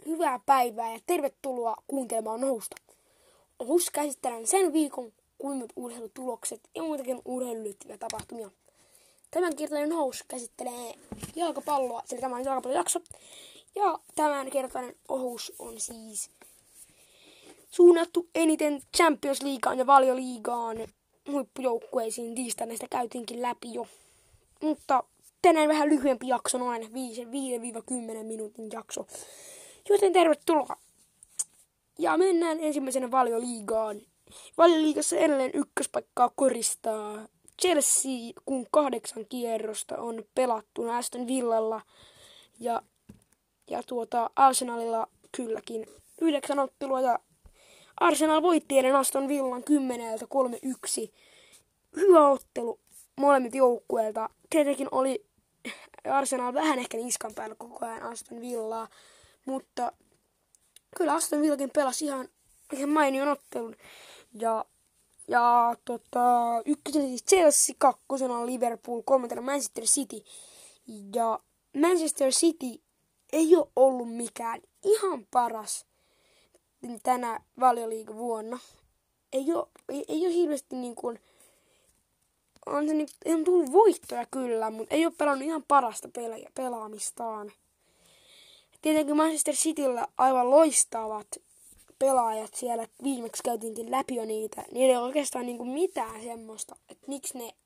Hyvää päivää ja tervetuloa kuuntelemaan Nohusta. Nohussa käsitellään sen viikon kuimmat urheilutulokset ja muitakin urheiluun liittyviä tapahtumia. Tämänkertainen Nohus käsittelee jalkapalloa, sillä tämä on jalkapallojakso. Ja tämänkertainen Nohus on siis suunnattu eniten Champions Leagueaan ja Valioliigaan huippujoukkueisiin. Tiistaina sitä käytiinkin läpi jo. Mutta tänään vähän lyhyempi jakso, noin 5-10 minuutin jakso. Joten tervetuloa. Ja mennään ensimmäisenä Valioliigaan. Valioliigassa edelleen ykköspaikkaa koristaa Chelsea, kun 8 kierrosta on pelattu Aston Villalla ja Arsenalilla kylläkin 9 ottelua ja Arsenal voitti eilen Aston Villan 10-3-1. Hyvä ottelu molemmilta joukkueilta. Tietenkin oli Arsenal vähän ehkä niskan päällä koko ajan Aston Villaa, mutta kyllä Aston Villakin pelasi ihan mainion ottelun. Ykkösenä siis Chelsea, kakkosena on Liverpool, kolmantena Manchester City. Ja Manchester City ei ole ollut mikään ihan paras tänä Valioliigan vuonna. Ei ole hirveästi niin kuin, on tullut voittoja kyllä, mutta ei ole pelannut ihan parasta pelaamistaan. Tietenkin Manchester Cityllä aivan loistavat pelaajat siellä, viimeksi käytiinkin läpi jo niitä, niin ei ole oikeastaan niin kuin mitään semmoista, että miksi ne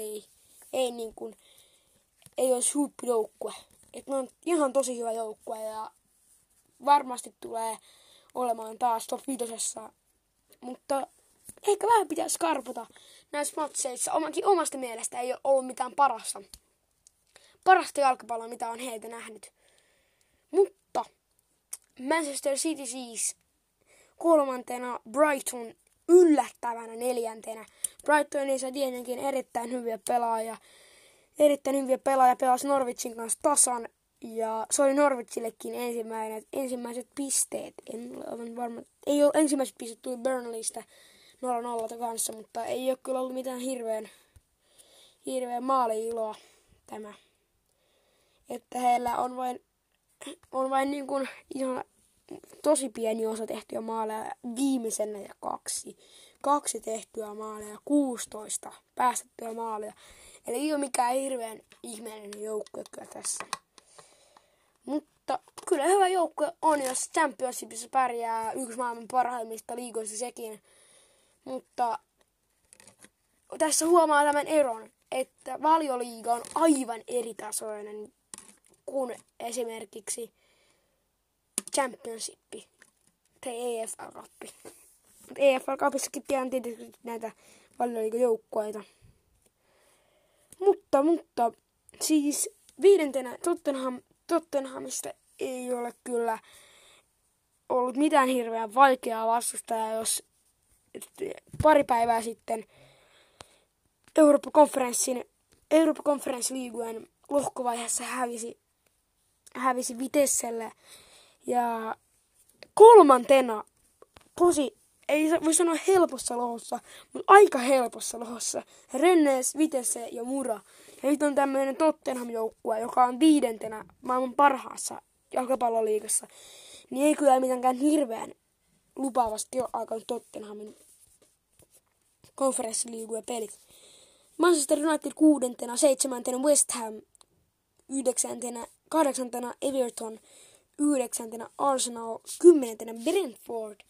ei olisi huippujoukkue. Että ne on ihan tosi hyvä joukkue ja varmasti tulee olemaan taas top 5, mutta ehkä vähän pitäisi skarpata näissä matseissa. Omasta mielestä ei ole ollut mitään parasta jalkapalloa, mitä on heiltä nähnyt. Mutta Manchester City siis kolmantena, Brighton yllättävänä 4. Brightonissa tietenkin erittäin hyviä pelaajia pelasi Norwichin kanssa tasan. Ja se oli Norwichillekin ensimmäiset pisteet. En ole aivan varma. Ei ole ensimmäiset pisteet tuli Burnleystä 0-0 kanssa, mutta ei ole kyllä ollut mitään hirveän maali-iloa tämä. Että heillä on vain niin kuin ihan tosi pieni osa tehtyä maaleja viimeisenä ja kaksi tehtyä maaleja ja 16 päästettyä maaleja. Eli ei ole mikään hirveän ihmeellinen joukkue kyllä tässä. Mutta kyllä hyvä joukkue on, jos Championshipissa pärjää, yksi maailman parhaimmista liigoista sekin. Mutta tässä huomaa tämän eron, että Valioliiga on aivan eritasoinen kuin esimerkiksi Championship tai EFL Cup. EFL Cupissakin tiedän tietysti näitä Valioliiga-joukkueita. Mutta siis 5. Tottenhamista ei ole kyllä ollut mitään hirveän vaikeaa vastustajaa, jos pari päivää sitten Euroopan Conference Leagueen lohkovaiheessa hävisi Vitesselle. Ja 3. tosi, ei voi sanoa helpossa lohossa, mutta aika helpossa lohossa, Rennes, Vitesse ja Mura. Ja nyt on tämmöinen Tottenham-joukkue, joka on 5. maailman parhaassa jalkapalloliigassa. Niin ei kyllä mitenkään hirveän lupaavasti ole alkanut Tottenhamin Conference League pelit. Manchester United 6., 7. West Ham, 9., 8. Everton, 9. Arsenal, 10. Brentford,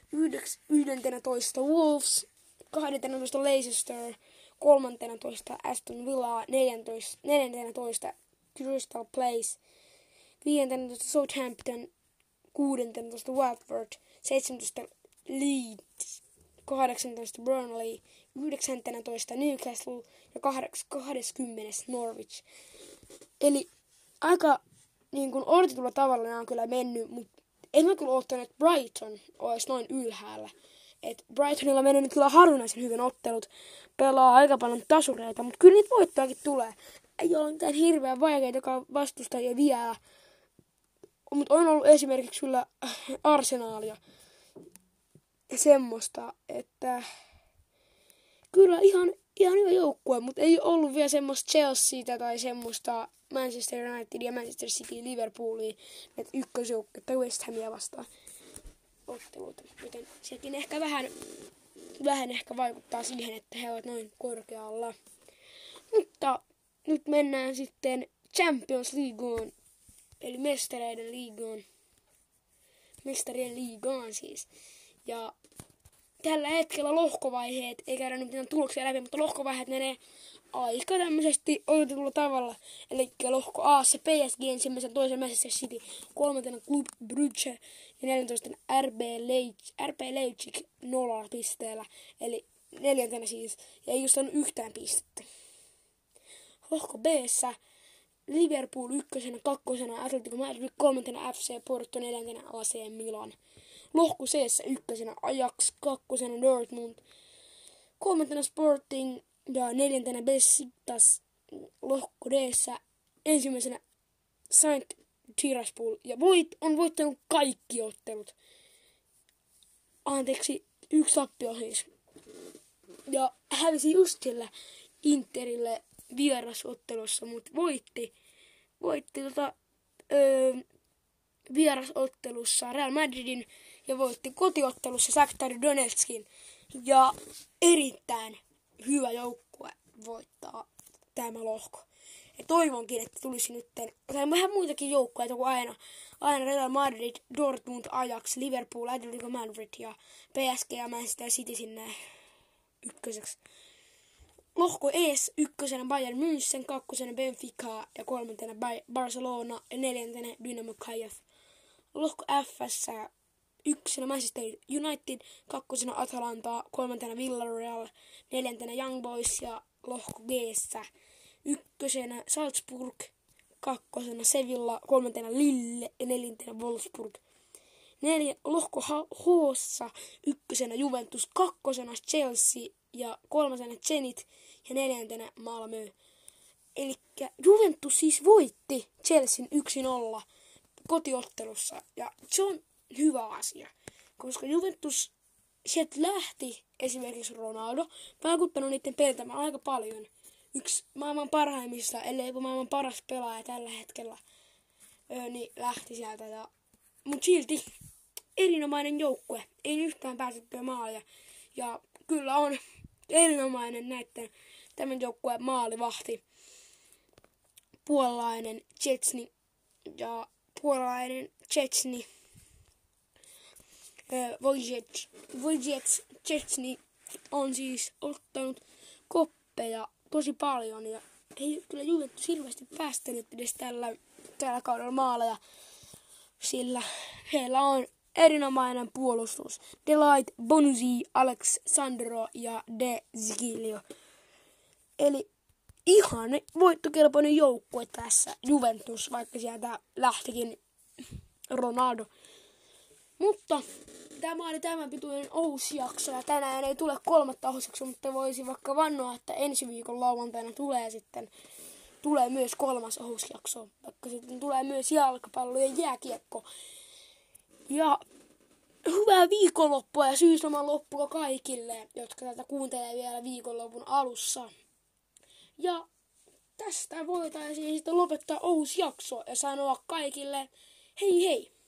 11. Wolves, 12. Leicester, 13. Aston Villa, 14. Crystal Palace, 15. Southampton, 16. Watford, 17. Leeds, 18. Burnley, 19. Newcastle ja 20. Norwich. Eli aika niin kuin odotetulla tavalla nämä on kyllä mennyt, mutta en ole kyllä odottanut, että Brighton olisi noin ylhäällä. Et Brightonilla on mennyt kyllä harvinaisen hyvin ottelut, pelaa aika paljon tasureita, mutta kyllä niitä voittoakin tulee. Ei ole mitään hirveän vaikeita vastustajia vielä, mutta on ollut esimerkiksi kyllä Arsenalia ja semmoista, että kyllä ihan hyvä joukkue, mutta ei ollut vielä semmoista Chelseatä tai semmoista Manchester Unitedia, Manchester City, Liverpoolia, näitä ykkösjoukkuetta West Hamia vastaan otteluita. Joten sekin ehkä vähän ehkä vaikuttaa siihen, että he ovat noin korkealla. Mutta nyt mennään sitten Champions Leagueen, eli mestarien liigaan siis. Ja tällä hetkellä lohkovaiheet, ei käydä nyt mitään tuloksia läpi, mutta lohkovaiheet menee aika tämmöisesti odotetulla tavalla. Eli lohko A:ssa PSG ensimmäisen, toisen Manchester City, kolmantena Club Brugge ja 14 RB Leipzig 0 pisteellä. Eli neljäntenä siis, ja ei just saanut yhtään pistettä. Lohko B:ssä Liverpool ykkösenä, kakkosena Atletico Madrid, kolmantena FC Porto, neljäntenä AC Milan. Lohko C:ssä ykkösenä Ajax, kakkosena Dortmund, kolmantena Sporting ja neljäntenä Besiktas. Lohko D:ssä ensimmäisenä Saint Tiraspol ja on voittanut kaikki ottelut. Anteeksi, yksi tappio siis. Ja hävisi just sillä Interille vierasottelussa, mutta voitti vierasottelussa Real Madridin ja voitti kotiottelussa Shakhtar Donetskin. Ja erittäin hyvä joukkue voittaa tämä lohko. Ja toivonkin, että tulisi nyt vähän muitakin joukkueita kuin aina Real Madrid, Dortmund, Ajax, Liverpool, Atletico Madrid ja PSG ja Manchester City sinne ykköseksi. Lohko E:ssä ykkösenä Bayern München, kakkosena Benfica ja kolmantena Barcelona ja neljäntenä Dynamo Kiev. Lohko F:ssä ykkösenä Manchester United, kakkosena Atalanta, kolmantena Villarreal, neljäntenä Young Boys ja lohko G:ssä ykkösenä Salzburg, kakkosena Sevilla, kolmantena Lille ja neljäntenä Wolfsburg. Lohko H:ssa ykkösenä Juventus, kakkosena Chelsea ja kolmasena Zenit ja neljäntenä Malmö. Eli Juventus siis voitti Chelsean 1-0 kotiottelussa ja se on hyvä asia, koska Juventus sieltä lähti esimerkiksi Ronaldo, vaikuttanut niiden peltämään aika paljon. Yksi maailman parhaimmista, ellei joku maailman paras pelaaja tällä hetkellä, niin lähti sieltä. Mutta silti erinomainen joukkue, ei yhtään päästettyä maalia. Ja kyllä on erinomainen tämän joukkueen maalivahti, puolalainen Szczesny Wojciech Szczesny on siis ottanut koppeja tosi paljon ja ei kyllä Juventus hirveästi päästänyt edes tällä kaudella maaleja, sillä heillä on erinomainen puolustus. Delight, Bonucci, Alex Sandro ja De Zigilio. Eli ihan voittokelpoinen joukkue tässä Juventus, vaikka sieltä lähtikin Ronaldo. Mutta tämä oli tämän pituinen ohusjakso ja tänään ei tule kolmatta ohusjaksoa, mutta voisi vaikka vannoa, että ensi viikon lauantaina tulee myös kolmas ohusjakso, vaikka sitten tulee myös jalkapallo ja jääkiekko. Ja hyvää viikonloppua ja syysloman loppua kaikille, jotka tätä kuuntelee vielä viikonlopun alussa. Ja tästä voitaisiin sitten lopettaa ohusjakso ja sanoa kaikille hei hei!